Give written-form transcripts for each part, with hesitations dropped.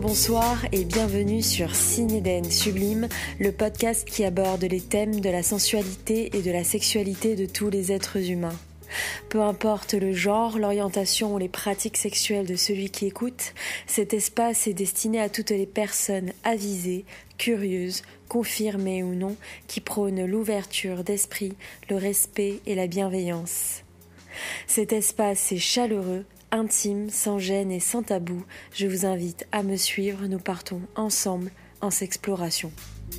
Bonsoir et bienvenue sur Signe Eden Sublime, le podcast qui aborde les thèmes de la sensualité et de la sexualité de tous les êtres humains. Peu importe le genre, l'orientation ou les pratiques sexuelles de celui qui écoute, cet espace est destiné à toutes les personnes avisées, curieuses, confirmées ou non, qui prônent l'ouverture d'esprit, le respect et la bienveillance. Cet espace est chaleureux, intime, sans gêne et sans tabou. Je vous invite à me suivre, nous partons ensemble en s'exploration.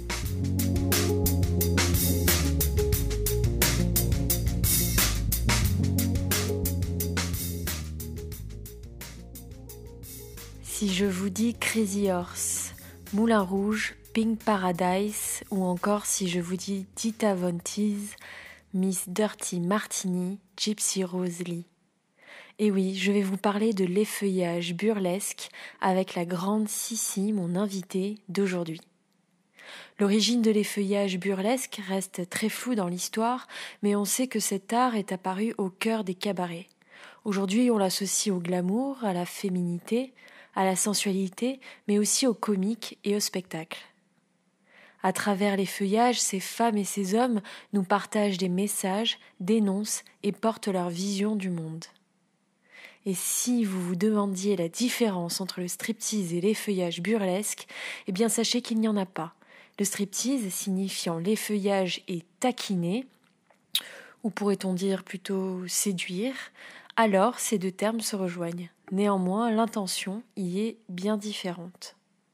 Si je vous dis Crazy Horse, Moulin Rouge, Pink Paradise ou encore si je vous dis Dita Von Teese, Miss Dirty Martini, Gypsy Rose Lee. Et oui, je vais vous parler de l'effeuillage burlesque avec la grande Sissi, mon invitée d'aujourd'hui. L'origine de l'effeuillage burlesque reste très floue dans l'histoire, mais on sait que cet art est apparu au cœur des cabarets. Aujourd'hui, on l'associe au glamour, à la féminité, à la sensualité, mais aussi au comique et au spectacle. À travers l'effeuillage, ces femmes et ces hommes nous partagent des messages, dénoncent et portent leur vision du monde. Et si vous vous demandiez la différence entre le striptease et l'effeuillage burlesque, eh bien sachez qu'il n'y en a pas. Le striptease, signifiant l'effeuillage et taquiner, ou pourrait-on dire plutôt séduire, alors ces deux termes se rejoignent. Néanmoins, l'intention y est bien différente.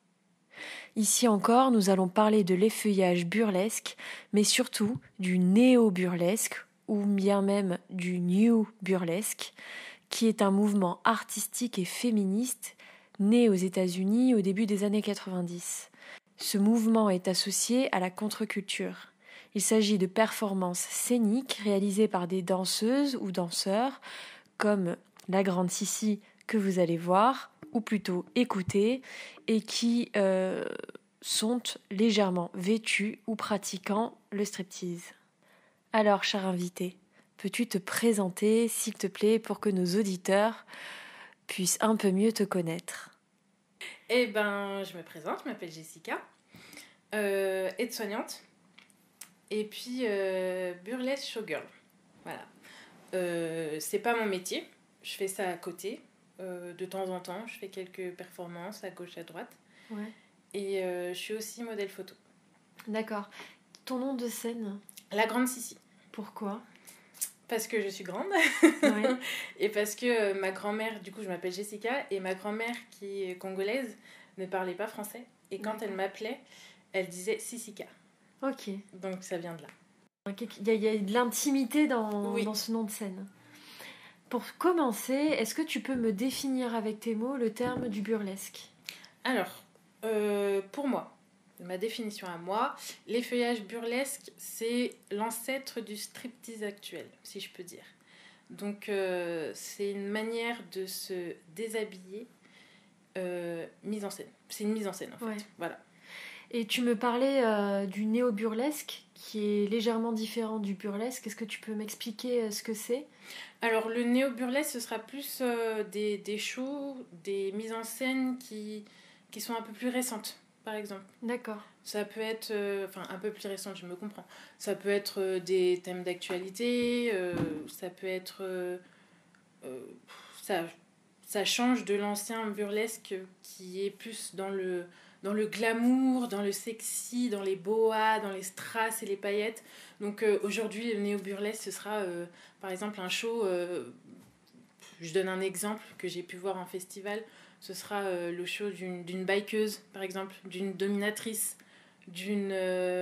Ici encore, nous allons parler de l'effeuillage burlesque, mais surtout du néo-burlesque, ou bien même du new burlesque, qui est un mouvement artistique et féministe né aux États-Unis au début des années 90. Ce mouvement est associé à la contre-culture. Il s'agit de performances scéniques réalisées par des danseuses ou danseurs, comme la grande Sissi que vous allez voir, ou plutôt écouter, et qui sont légèrement vêtus ou pratiquant le striptease. Alors, cher invité, peux-tu te présenter, s'il te plaît, pour que nos auditeurs puissent un peu mieux te connaître ? Eh ben, je me présente, je m'appelle Jessica, aide-soignante, et puis burlesque showgirl. Voilà. C'est pas mon métier, je fais ça à côté. De temps en temps, je fais quelques performances à gauche, à droite. Ouais. Et je suis aussi modèle photo. D'accord. Ton nom de scène ? La grande Sissi. Pourquoi ? Parce que je suis grande. Oui. Et parce que ma grand-mère, du coup je m'appelle Jessica, et ma grand-mère qui est congolaise ne parlait pas français. Et quand elle m'appelait, elle disait Sissika. Ok. Donc ça vient de là. Il y a de l'intimité Oui. dans ce nom de scène. Pour commencer, est-ce que tu peux me définir avec tes mots le terme du burlesque ? Alors, pour moi, ma définition à moi, l'effeuillage burlesque, c'est l'ancêtre du striptease actuel, si je peux dire. Donc, c'est une manière de se déshabiller mise en scène. C'est une mise en scène, en fait. Ouais. Voilà. Et tu me parlais du néo-burlesque, qui est légèrement différent du burlesque. Est-ce que tu peux m'expliquer ce que c'est ? Alors, le néo-burlesque, ce sera plus des shows, des mises en scène qui sont un peu plus récentes, par exemple. D'accord. Ça peut être, un peu plus récente, je me comprends. Ça peut être des thèmes d'actualité, ça peut être... ça change de l'ancien burlesque qui est plus dans le glamour, dans le sexy, dans les boas, dans les strass et les paillettes. Donc aujourd'hui, le néo-burlesque, ce sera par exemple un show, je donne un exemple que j'ai pu voir en festival, ce sera le show d'une bikeuse, par exemple, d'une dominatrice, d'une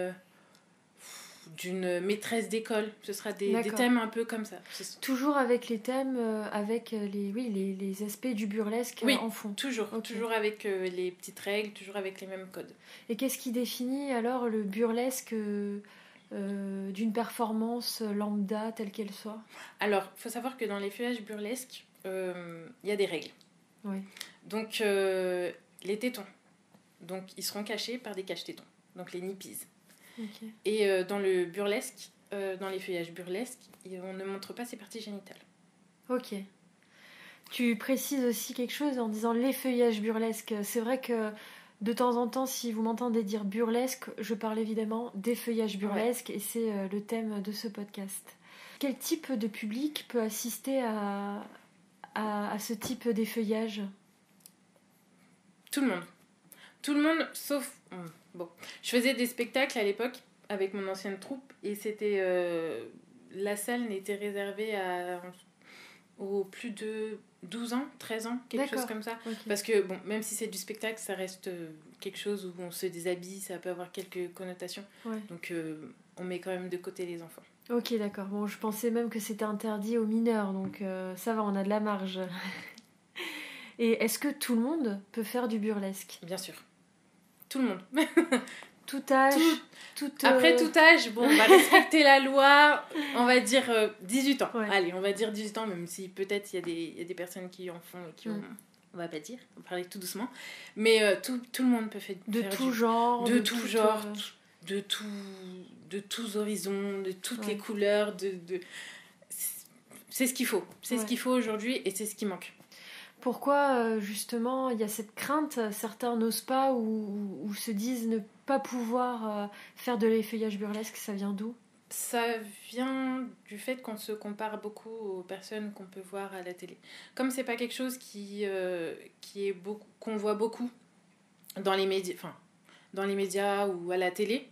maîtresse d'école. Ce sera des thèmes un peu comme ça. Toujours avec les thèmes, avec les aspects du burlesque en fond. Toujours. Okay. Toujours avec les petites règles, toujours avec les mêmes codes. Et qu'est-ce qui définit alors le burlesque d'une performance lambda telle qu'elle soit ? Alors, il faut savoir que dans les feuillages burlesques, il y a des règles. Oui. Donc, les tétons. Donc, ils seront cachés par des caches-tétons. Donc, les nippies. Okay. Et dans le burlesque, dans les feuillages burlesques, on ne montre pas ses parties génitales. Ok. Tu précises aussi quelque chose en disant l'effeuillage burlesque. C'est vrai que de temps en temps, si vous m'entendez dire burlesque, je parle évidemment d'effeuillage burlesque et c'est le thème de ce podcast. Quel type de public peut assister à ce type d'effeuillage ? Tout le monde. Tout le monde, sauf... Bon, je faisais des spectacles à l'époque avec mon ancienne troupe et c'était... la salle n'était réservée aux plus de 12 ans, 13 ans, quelque chose comme ça. Okay. Parce que, bon, même si c'est du spectacle, ça reste quelque chose où on se déshabille, ça peut avoir quelques connotations. Ouais. Donc, on met quand même de côté les enfants. Ok, d'accord. Bon, je pensais même que c'était interdit aux mineurs, donc ça va, on a de la marge. Et est-ce que tout le monde peut faire du burlesque ? Bien sûr. Tout le monde. Tout âge Après tout âge, bon, on va respecter la loi, on va dire 18 ans. Ouais. Allez, on va dire 18 ans, même si peut-être il y a des personnes qui en font et qui ont... On va pas dire, on va parler tout doucement. Mais tout le monde peut faire de tout genre. De tout genre, de tous horizons, de toutes les couleurs. C'est ce qu'il faut. C'est ce qu'il faut aujourd'hui et c'est ce qui manque. Pourquoi, justement, il y a cette crainte ? Certains n'osent pas ou se disent ne pas pouvoir faire de l'effeuillage burlesque. Ça vient d'où ? Ça vient du fait qu'on se compare beaucoup aux personnes qu'on peut voir à la télé. Comme c'est pas quelque chose qu'on voit beaucoup dans les médias ou à la télé,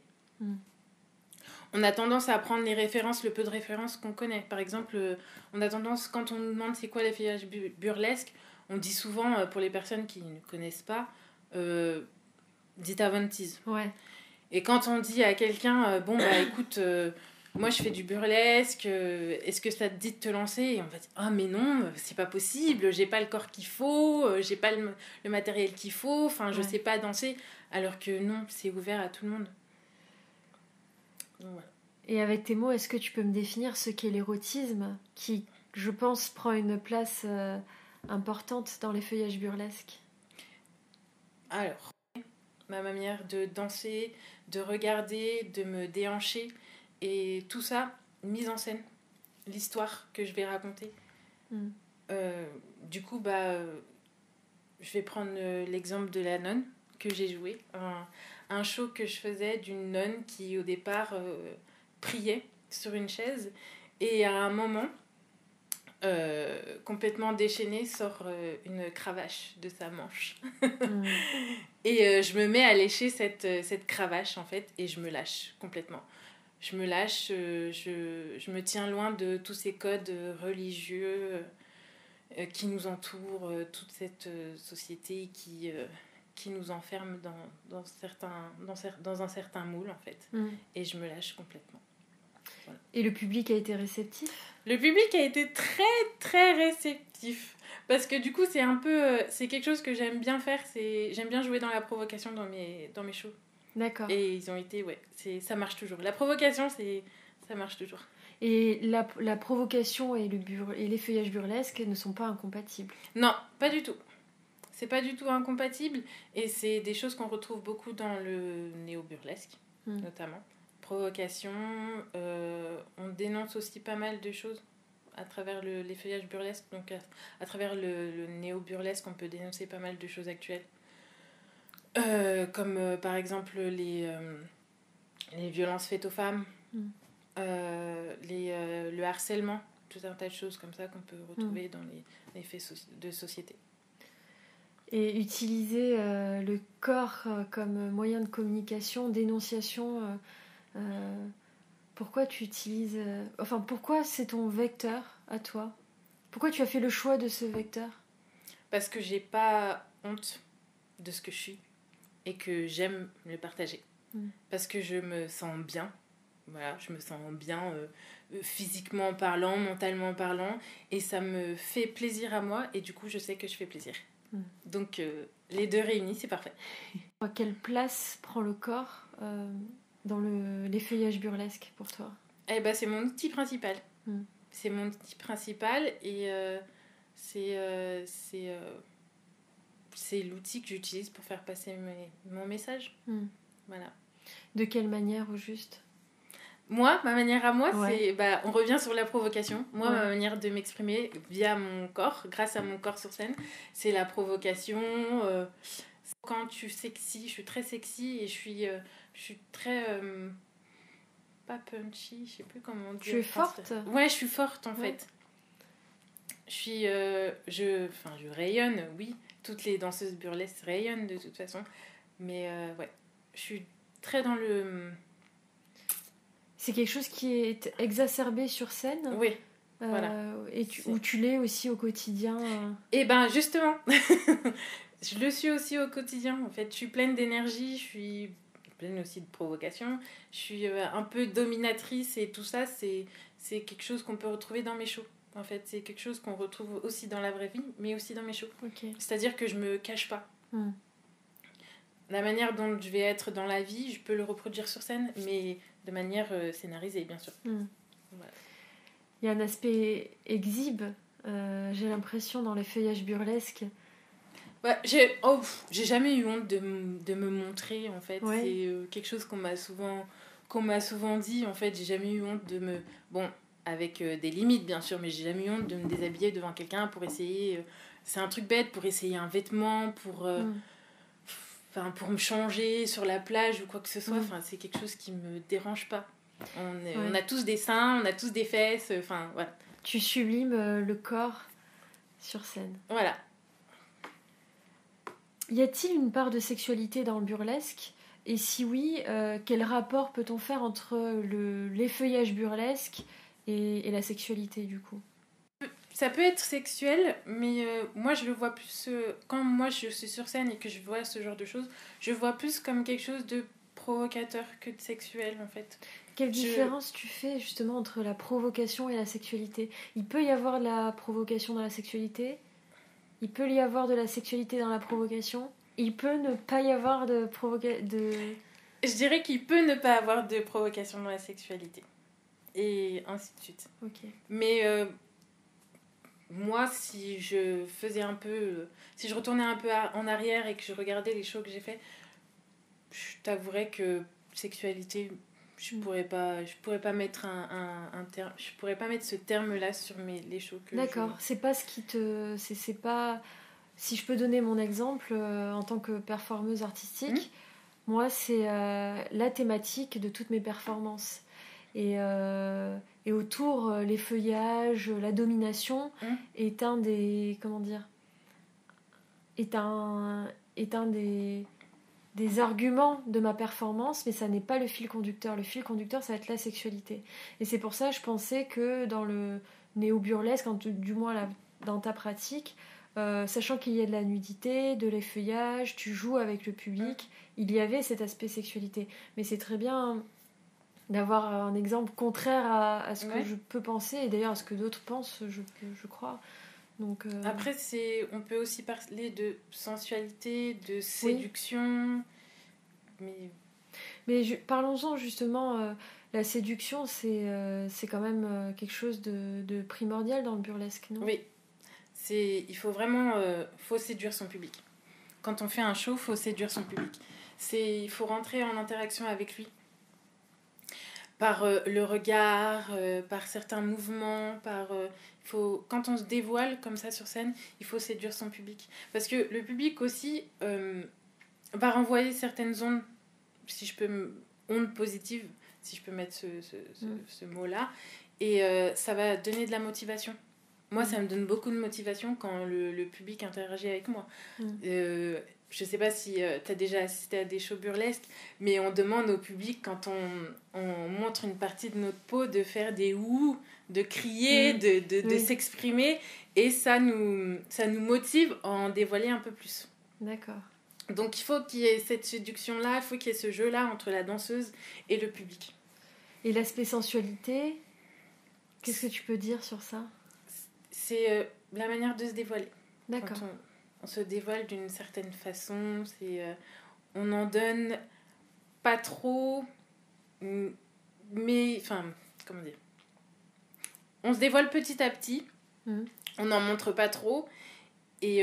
on a tendance à prendre les références, le peu de références qu'on connaît. Par exemple, on a tendance, quand on nous demande c'est quoi l'effeuillage burlesque, on dit souvent, pour les personnes qui ne connaissent pas, Dita Von Teese. Ouais. Et quand on dit à quelqu'un, écoute, moi je fais du burlesque, est-ce que ça te dit de te lancer ? Et on va dire, ah mais non, c'est pas possible, j'ai pas le corps qu'il faut, j'ai pas le matériel qu'il faut, enfin je sais pas danser. Alors que non, c'est ouvert à tout le monde. Donc, voilà. Et avec tes mots, est-ce que tu peux me définir ce qu'est l'érotisme, qui, je pense, prend une place importante dans l'effeuillage burlesque ? Alors, ma manière de danser, de regarder, de me déhancher, et tout ça, mise en scène, l'histoire que je vais raconter. Du coup, je vais prendre l'exemple de la nonne que j'ai joué, un show que je faisais d'une nonne qui, au départ, priait sur une chaise, et à un moment... complètement déchaînée, sort une cravache de sa manche. Et je me mets à lécher cette cravache, en fait, et je me lâche complètement. Je me lâche, je me tiens loin de tous ces codes religieux qui nous entourent, toute cette société qui nous enferme dans un certain moule, en fait. Et je me lâche complètement. Voilà. Et le public a été réceptif ? Le public a été très très réceptif parce que du coup c'est quelque chose que j'aime bien faire, j'aime bien jouer dans la provocation dans mes shows. D'accord. Et ils ont été ça marche toujours. La provocation ça marche toujours. Et la provocation et l'effeuillage burlesque ne sont pas incompatibles ? Non, pas du tout. C'est pas du tout incompatible et c'est des choses qu'on retrouve beaucoup dans le néo-burlesque notamment. Provocation, on dénonce aussi pas mal de choses à travers l'effeuillage burlesque, donc à travers le néo-burlesque on peut dénoncer pas mal de choses actuelles, comme par exemple les violences faites aux femmes, le harcèlement, tout un tas de choses comme ça qu'on peut retrouver dans les faits de société. Et utiliser le corps comme moyen de communication, d'énonciation... pourquoi tu utilises... pourquoi c'est ton vecteur à toi ? Pourquoi tu as fait le choix de ce vecteur ? Parce que j'ai pas honte de ce que je suis et que j'aime le partager. Parce que je me sens bien. Voilà, je me sens bien physiquement parlant, mentalement parlant, et ça me fait plaisir à moi et du coup je sais que je fais plaisir. Donc les deux réunis, c'est parfait. Quelle place prend le corps dans l'effeuillage burlesque pour toi ? C'est mon outil principal. C'est mon outil principal et c'est l'outil que j'utilise pour faire passer mon message. Voilà. De quelle manière au juste ? Moi, ma manière à moi, Ouais. c'est... Bah, on revient sur la provocation. Moi, Ouais. ma manière de m'exprimer via mon corps, grâce à mon corps sur scène, c'est la provocation. Quand tu sexy, je suis très sexy et je suis très... pas punchy, je sais plus comment dire. Tu es forte. Ouais, je suis forte en Ouais. fait. Je suis... je rayonne, oui. Toutes les danseuses burlesques rayonnent de toute façon. Mais ouais, je suis très dans le... C'est quelque chose qui est exacerbé sur scène. Oui, voilà. Et où tu l'es aussi au quotidien. Et ben justement, je le suis aussi au quotidien. En fait, je suis pleine d'énergie, je suis pleine aussi de provocation. Je suis un peu dominatrice et tout ça, c'est quelque chose qu'on peut retrouver dans mes shows. En fait, c'est quelque chose qu'on retrouve aussi dans la vraie vie, mais aussi dans mes shows. Ok. C'est-à-dire que je me cache pas. Mm. La manière dont je vais être dans la vie, je peux le reproduire sur scène, mais de manière scénarisée, bien sûr. Mm. Voilà. Il y a un aspect exhibe, j'ai l'impression, dans les feuillages burlesques. Ouais, j'ai jamais eu honte de me montrer, en fait. Ouais. C'est quelque chose qu'on m'a souvent dit. En fait, j'ai jamais eu honte de me... Bon, avec des limites, bien sûr, mais j'ai jamais eu honte de me déshabiller devant quelqu'un pour essayer... c'est un truc bête, pour essayer un vêtement, pour me changer sur la plage ou quoi que ce soit. Enfin, c'est quelque chose qui me dérange pas. On a tous des seins, on a tous des fesses, enfin, voilà. Tu sublimes le corps sur scène. Voilà. Y a-t-il une part de sexualité dans le burlesque ? Et si oui, quel rapport peut-on faire entre l'effeuillage burlesque et la sexualité, du coup ? Ça peut être sexuel, mais moi je le vois plus... quand moi je suis sur scène et que je vois ce genre de choses, je vois plus comme quelque chose de provocateur que de sexuel, en fait. Quelle différence tu fais justement entre la provocation et la sexualité ? Il peut y avoir de la provocation dans la sexualité ? Il peut y avoir de la sexualité dans la provocation ? Il peut ne pas y avoir de Je dirais qu'il peut ne pas avoir de provocation dans la sexualité. Et ainsi de suite. Ok. Mais moi, si je faisais un peu... si je retournais un peu en arrière et que je regardais les shows que j'ai fait, je t'avouerais que sexualité... Je pourrais pas mettre un terme, je pourrais pas mettre ce terme-là sur les shows que D'accord, c'est pas ce qui te... C'est pas... Si je peux donner mon exemple en tant que performeuse artistique, moi c'est la thématique de toutes mes performances. Et autour, les feuillages, la domination est un des... Comment dire ? Est un des arguments de ma performance, mais ça n'est pas le fil conducteur. Le fil conducteur, ça va être la sexualité. Et c'est pour ça que je pensais que dans le néo-burlesque, du moins là, dans ta pratique, sachant qu'il y a de la nudité, de l'effeuillage, tu joues avec le public, il y avait cet aspect sexualité. Mais c'est très bien d'avoir un exemple contraire à ce que je peux penser, et d'ailleurs à ce que d'autres pensent, je crois. Donc, Après, on peut aussi parler de sensualité, de séduction. Mais parlons-en justement. La séduction, c'est quand même quelque chose de primordial dans le burlesque, non ? Oui. Il faut vraiment faut séduire son public. Quand on fait un show, il faut séduire son public. Il faut rentrer en interaction avec lui. Par le regard, par certains mouvements, quand on se dévoile comme ça sur scène, il faut séduire son public. Parce que le public aussi va renvoyer certaines ondes, ondes positives, si je peux mettre ce mot-là, et ça va donner de la motivation. Moi, ça me donne beaucoup de motivation quand le public interagit avec moi. Je sais pas si tu as déjà assisté à des shows burlesques, mais on demande au public, quand on montre une partie de notre peau, de faire des ouh, de crier, de s'exprimer, et ça nous motive à en dévoiler un peu plus. D'accord. Donc il faut qu'il y ait cette séduction-là, il faut qu'il y ait ce jeu-là entre la danseuse et le public. Et l'aspect sensualité, qu'est-ce que tu peux dire sur ça ? C'est la manière de se dévoiler. D'accord. Quand on se dévoile d'une certaine façon, on n'en donne pas trop, mais enfin, comment dire, on se dévoile petit à petit, on n'en montre pas trop, et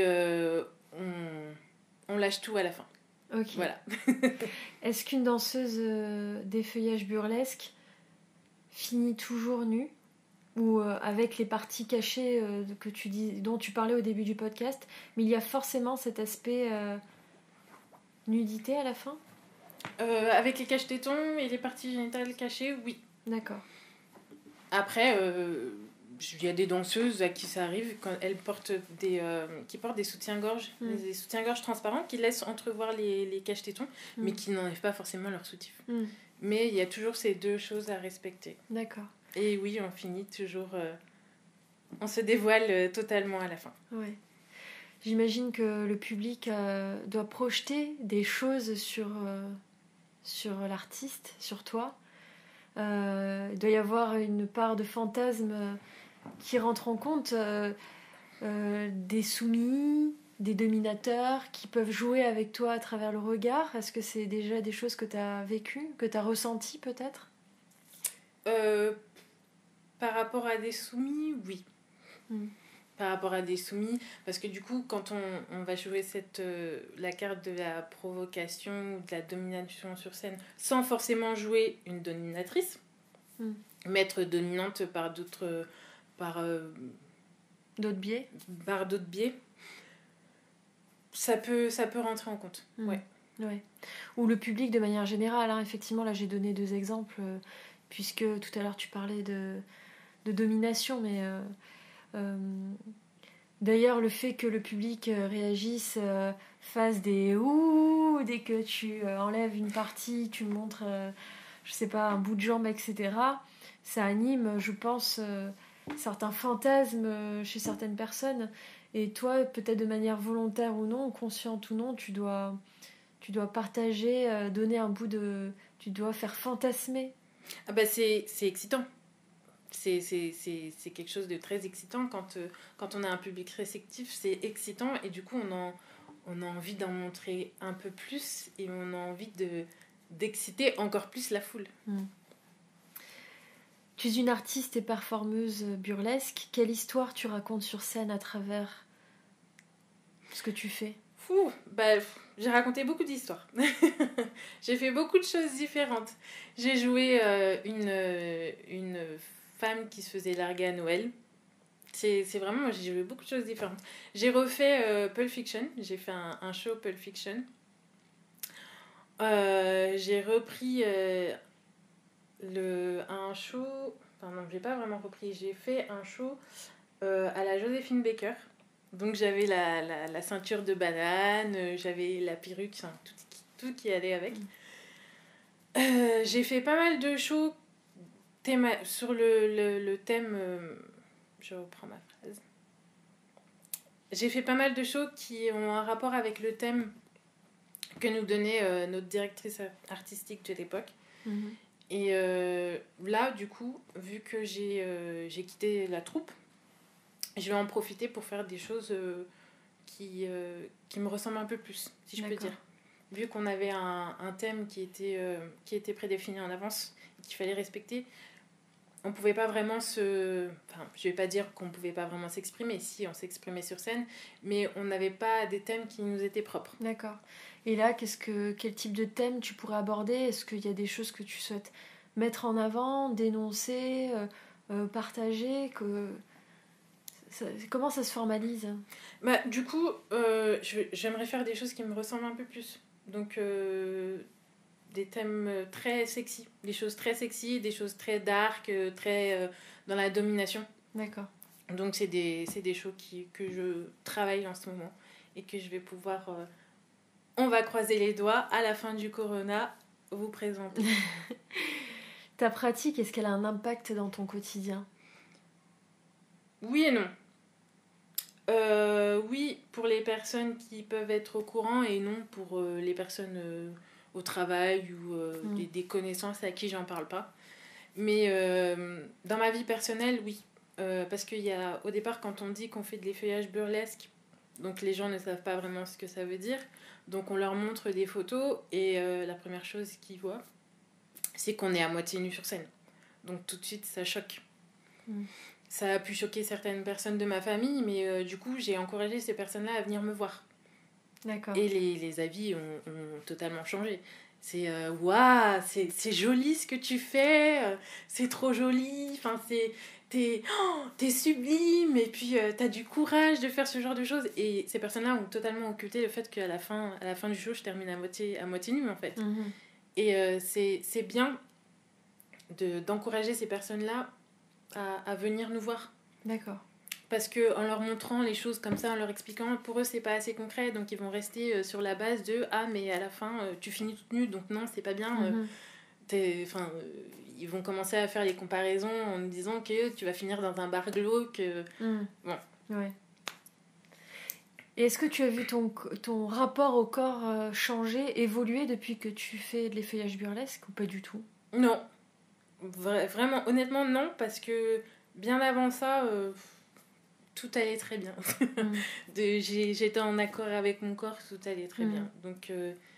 on lâche tout à la fin. Ok. Voilà. Est-ce qu'une danseuse d'effeuillage burlesque finis toujours nu ou avec les parties cachées dont tu parlais au début du podcast, mais il y a forcément cet aspect nudité à la fin? Avec les cache-tétons et les parties génitales cachées, oui. D'accord. Après, il y a des danseuses à qui ça arrive quand elles qui portent des soutiens-gorge, des soutiens-gorge transparents qui laissent entrevoir les cache-tétons, mais qui n'enlèvent pas forcément leur soutif. Mais il y a toujours ces deux choses à respecter. D'accord. Et oui, on finit toujours... on se dévoile totalement à la fin. Ouais. J'imagine que le public doit projeter des choses sur l'artiste, sur toi. Il doit y avoir une part de fantasme qui rentre en compte des soumis, des dominateurs qui peuvent jouer avec toi à travers le regard. Est-ce que c'est déjà des choses que tu as vécues, que tu as ressenties peut-être? Par rapport à des soumis, oui. Par rapport à des soumis, parce que du coup, quand on va jouer la carte de la provocation ou de la domination sur scène, sans forcément jouer une dominatrice, mais être dominante par d'autres biais, ça peut rentrer en compte. Ouais. Ou le public de manière générale, hein. Effectivement, là j'ai donné 2 exemples, puisque tout à l'heure tu parlais de domination, mais d'ailleurs le fait que le public réagisse, fasse des ouh dès que tu enlèves une partie, tu montres je sais pas, un bout de jambe, etc., ça anime, je pense, certains fantasmes chez certaines personnes. Et toi, peut-être de manière volontaire ou non, consciente ou non, tu dois partager, donner un bout de... Tu dois faire fantasmer. Ah bah c'est excitant. C'est quelque chose de très excitant quand on a un public réceptif, c'est excitant et du coup on a envie d'en montrer un peu plus et on a envie d'exciter encore plus la foule. Tu es une artiste et performeuse burlesque. Quelle histoire tu racontes sur scène à travers ce que tu fais? J'ai raconté beaucoup d'histoires. J'ai fait beaucoup de choses différentes. J'ai joué une femme qui se faisait larguer à Noël. C'est vraiment, moi j'ai joué beaucoup de choses différentes. J'ai refait Pulp Fiction. J'ai fait un show Pulp Fiction. J'ai repris un show... Enfin non, j'ai pas vraiment repris. J'ai fait un show à la Joséphine Baker. Donc j'avais la ceinture de banane, j'avais la perruque, enfin, tout qui allait avec. J'ai fait pas mal de shows sur le thème... je reprends ma phrase. J'ai fait pas mal de shows qui ont un rapport avec le thème que nous donnait notre directrice artistique de l'époque. Et là, du coup, vu que j'ai quitté la troupe, je vais en profiter pour faire des choses qui me ressemblent un peu plus, si je peux dire. Vu qu'on avait un thème qui était prédéfini en avance et qu'il fallait respecter, on pouvait pas vraiment je vais pas dire qu'on pouvait pas vraiment s'exprimer, si on s'exprimait sur scène, mais on n'avait pas des thèmes qui nous étaient propres. D'accord. Et là, quel type de thème tu pourrais aborder? Est-ce qu'il y a des choses que tu souhaites mettre en avant, dénoncer, partager comment ça se formalise? Du coup, j'aimerais faire des choses qui me ressemblent un peu plus. Donc, des thèmes très sexy. Des choses très sexy, des choses très dark, très dans la domination. D'accord. Donc, c'est des shows que je travaille en ce moment et que je vais pouvoir... on va croiser les doigts à la fin du Corona, vous présenter. Ta pratique, est-ce qu'elle a un impact dans ton quotidien? Oui et non. Oui, pour les personnes qui peuvent être au courant et non pour les personnes au travail ou des connaissances à qui j'en parle pas. Mais dans ma vie personnelle, oui. Parce au départ, quand on dit qu'on fait de l'effeuillage burlesque, donc les gens ne savent pas vraiment ce que ça veut dire. Donc on leur montre des photos et la première chose qu'ils voient, c'est qu'on est à moitié nu sur scène. Donc tout de suite, ça choque. Ça a pu choquer certaines personnes de ma famille, mais du coup, j'ai encouragé ces personnes-là à venir me voir. D'accord. Et les avis ont totalement changé. c'est waouh, c'est joli ce que tu fais, c'est trop joli, enfin t'es sublime, et puis t'as du courage de faire ce genre de choses. Et ces personnes-là ont totalement occulté le fait qu'à la fin du show, je termine à moitié nue, en fait. Et c'est bien d'encourager ces personnes-là à venir nous voir. D'accord. Parce qu'en leur montrant les choses comme ça, en leur expliquant, pour eux, c'est pas assez concret, donc ils vont rester sur la base de « Ah, mais à la fin, tu finis toute nue, donc non, c'est pas bien. Ils vont commencer à faire les comparaisons en disant que tu vas finir dans un bar glauque. Bon. Ouais. Et est-ce que tu as vu ton rapport au corps changer, évoluer depuis que tu fais de l'effeuillage burlesque ou pas du tout ? Non. Vraiment, honnêtement, non, parce que bien avant ça... tout allait très bien. J'étais en accord avec mon corps, tout allait très bien. Donc,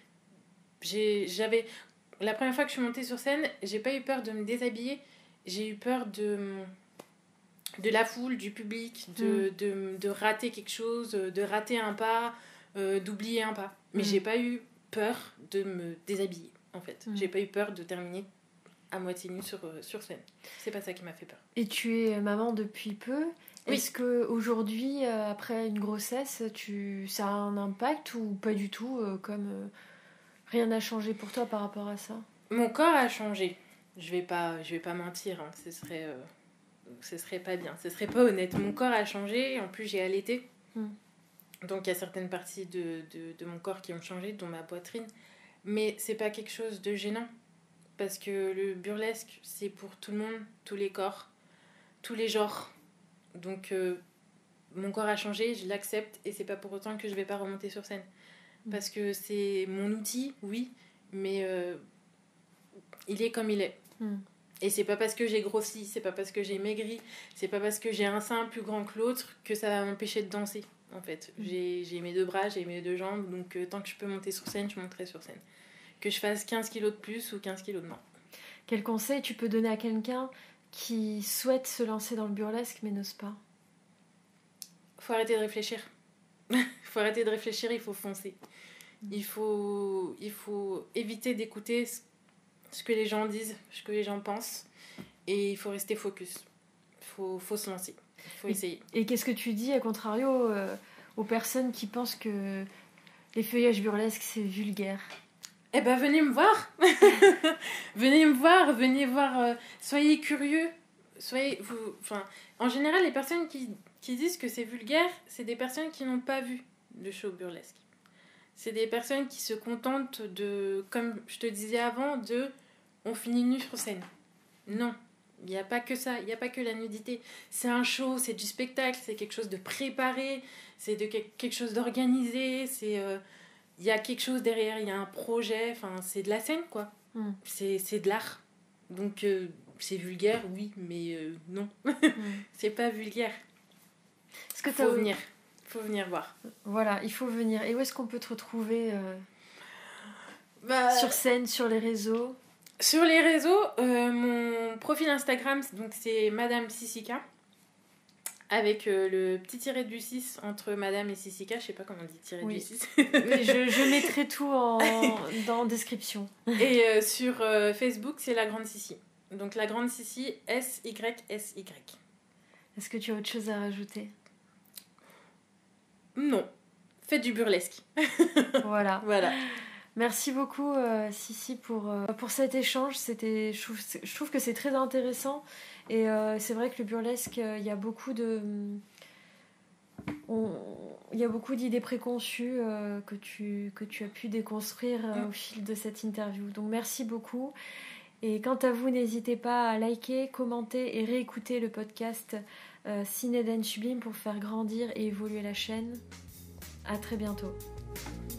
la première fois que je suis montée sur scène, j'ai pas eu peur de me déshabiller. J'ai eu peur de la foule, du public, de rater quelque chose, de rater un pas, d'oublier un pas. Mais j'ai pas eu peur de me déshabiller, en fait. J'ai pas eu peur de terminer à moitié nue sur scène. C'est pas ça qui m'a fait peur. Et tu es maman depuis peu. Oui. Est-ce qu'aujourd'hui, après une grossesse, ça a un impact ou pas du tout, rien n'a changé pour toi par rapport à ça ? Mon corps a changé. Je vais pas mentir, hein. Ce serait pas bien. Ce serait pas honnête. Mon corps a changé. En plus, j'ai allaité. Donc, il y a certaines parties de mon corps qui ont changé, dont ma poitrine. Mais c'est pas quelque chose de gênant. Parce que le burlesque, c'est pour tout le monde, tous les corps, tous les genres. Donc, mon corps a changé, je l'accepte, et c'est pas pour autant que je vais pas remonter sur scène. Parce que c'est mon outil, oui, mais il est comme il est. Et c'est pas parce que j'ai grossi, c'est pas parce que j'ai maigri, c'est pas parce que j'ai un sein plus grand que l'autre que ça va m'empêcher de danser, en fait. J'ai mes 2 bras, j'ai mes 2 jambes, donc tant que je peux monter sur scène, je monterai sur scène. Que je fasse 15 kilos de plus ou 15 kilos de moins. Quel conseil tu peux donner à quelqu'un qui souhaite se lancer dans le burlesque mais n'ose pas ? Faut arrêter de réfléchir. Faut arrêter de réfléchir, il faut foncer. Il faut éviter d'écouter ce que les gens disent, ce que les gens pensent, et il faut rester focus. Faut se lancer. Il faut essayer. Et qu'est-ce que tu dis, à contrario, aux personnes qui pensent que l'effeuillage burlesque, c'est vulgaire ? Eh ben, venez me voir. venez voir. Soyez curieux. En général, les personnes qui disent que c'est vulgaire, c'est des personnes qui n'ont pas vu de show burlesque. C'est des personnes qui se contentent de, comme je te disais avant, on finit nu sur scène. Non, il n'y a pas que ça, il n'y a pas que la nudité. C'est un show, c'est du spectacle, c'est quelque chose de préparé, c'est quelque chose d'organisé, il y a quelque chose derrière, il y a un projet, c'est de la scène, quoi. C'est de l'art. Donc, c'est vulgaire, oui, mais non. C'est pas vulgaire. Faut venir voir. Voilà, il faut venir. Et où est-ce qu'on peut te retrouver sur scène, sur les réseaux ? Sur les réseaux, mon profil Instagram, donc c'est Madame Sissika, avec le petit tiret du 6 entre Madame et Sissika. Je sais pas comment on dit tiret du 6. je mettrai tout dans description. Et sur Facebook, c'est La Grande Sissi. Donc La Grande Sissi, SYSY. Est-ce que tu as autre chose à rajouter ? Non. Faites du burlesque. Voilà. Voilà. Merci beaucoup, Sissi, pour cet échange. Je trouve que c'est très intéressant. Et c'est vrai que le burlesque, il y a beaucoup d'idées préconçues que tu as pu déconstruire au fil de cette interview. Donc merci beaucoup. Et quant à vous, n'hésitez pas à liker, commenter et réécouter le podcast Ciné Dan Sublime pour faire grandir et évoluer la chaîne. À très bientôt.